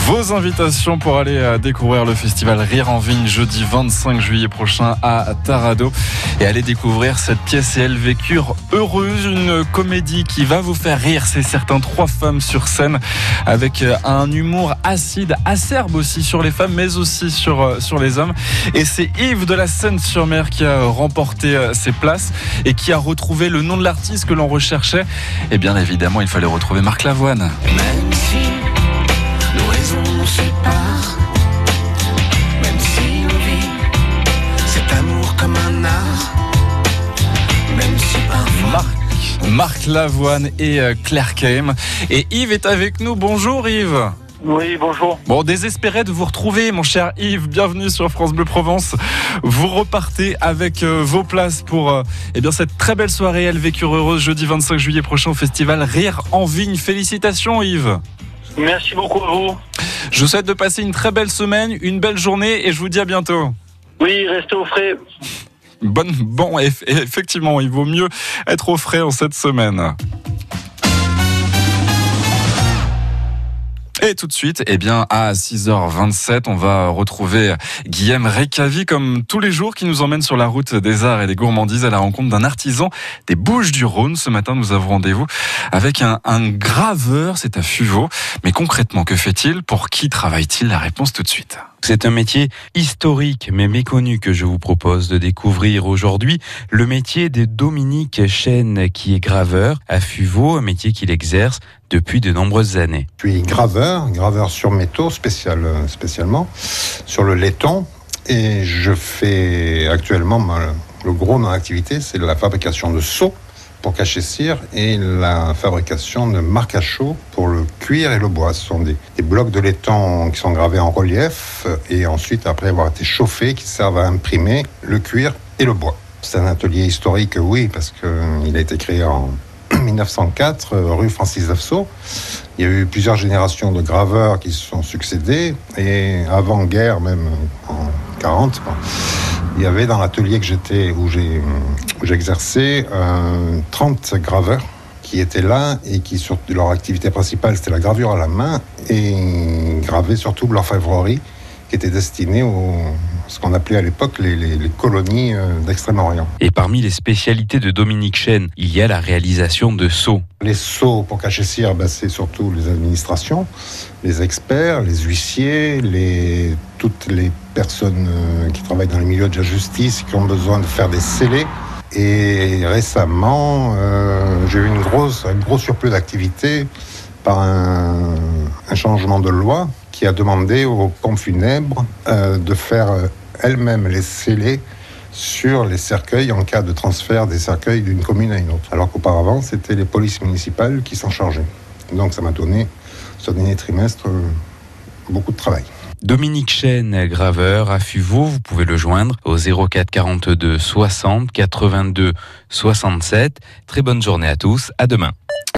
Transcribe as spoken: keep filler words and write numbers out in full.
Vos invitations pour aller découvrir le festival Rire en Vigne jeudi vingt-cinq juillet prochain à Tarado et aller découvrir cette pièce et elles vécurent heureuses, une comédie qui va vous faire rire, c'est certain. Trois femmes sur scène avec un humour acide, acerbe aussi sur les femmes mais aussi sur, sur les hommes, et c'est Yves de la Seine-sur-Mer qui a remporté ces places et qui a retrouvé le nom de l'artiste que l'on recherchait. Et bien évidemment il fallait retrouver Marc Lavoine. Même si nos raisons nous séparent, même si on vit cet amour comme un art, même si parfois... Marc, Marc Lavoine et Claire Kaim. Et Yves est avec nous. Bonjour Yves. Oui, bonjour. Bon, désespéré de vous retrouver, mon cher Yves. Bienvenue sur France Bleu Provence. Vous repartez avec euh, vos places pour euh, eh bien, cette très belle soirée Elles vécurent heureuses jeudi vingt-cinq juillet prochain au festival Rire en Vigne. Félicitations Yves. Merci beaucoup à vous. Je vous souhaite de passer une très belle semaine, une belle journée et je vous dis à bientôt. Oui, restez au frais. Bonne, bon, eff- effectivement, il vaut mieux être au frais en cette semaine. Et tout de suite, eh bien, à six heures vingt-sept, on va retrouver Guillaume Récavi, comme tous les jours, qui nous emmène sur la route des arts et des gourmandises à la rencontre d'un artisan des Bouches-du-Rhône. Ce matin, nous avons rendez-vous avec un, un graveur, c'est à Fuveau. Mais concrètement, que fait-il? Pour qui travaille-t-il? La réponse tout de suite. C'est un métier historique mais méconnu que je vous propose de découvrir aujourd'hui. Le métier de Dominique Chêne, qui est graveur à Fuveau, un métier qu'il exerce depuis de nombreuses années. Je suis graveur, graveur sur métaux spécial, spécialement, sur le laiton. Et je fais actuellement, le gros de mon activité, c'est la fabrication de seaux pour cacher-cire et la fabrication de marques à chaud pour le cuir et le bois. Ce sont des, des blocs de laiton qui sont gravés en relief et ensuite, après avoir été chauffés, qui servent à imprimer le cuir et le bois. C'est un atelier historique, oui, parce qu'il a été créé en mille neuf cent quatre, rue Francis Davsault. Il y a eu plusieurs générations de graveurs qui se sont succédés et avant-guerre, même en quarante, il y avait dans l'atelier que j'étais, où, j'ai, où j'exerçais, euh, trente graveurs qui étaient là et qui, sur leur activité principale, c'était la gravure à la main et gravaient surtout l'orfèvrerie qui était destinée aux ce qu'on appelait à l'époque les, les, les colonies d'Extrême-Orient. Et parmi les spécialités de Dominique Chêne, il y a la réalisation de seaux. Les seaux pour cacher-cire, ben, c'est surtout les administrations, les experts, les huissiers, les, toutes les personnes qui travaillent dans les milieux de la justice qui ont besoin de faire des scellés. Et récemment, euh, j'ai eu une grosse, un gros surplus d'activité par un, un changement de loi qui a demandé aux pompes funèbres euh, de faire euh, elles-mêmes les scellés sur les cercueils en cas de transfert des cercueils d'une commune à une autre. Alors qu'auparavant, c'était les polices municipales qui s'en chargeaient. Donc ça m'a donné, ce dernier trimestre, euh, beaucoup de travail. Dominique Chêne, graveur à Fuveau, vous pouvez le joindre au zéro quatre quarante-deux soixante quatre-vingt-deux soixante-sept. Très bonne journée à tous, à demain.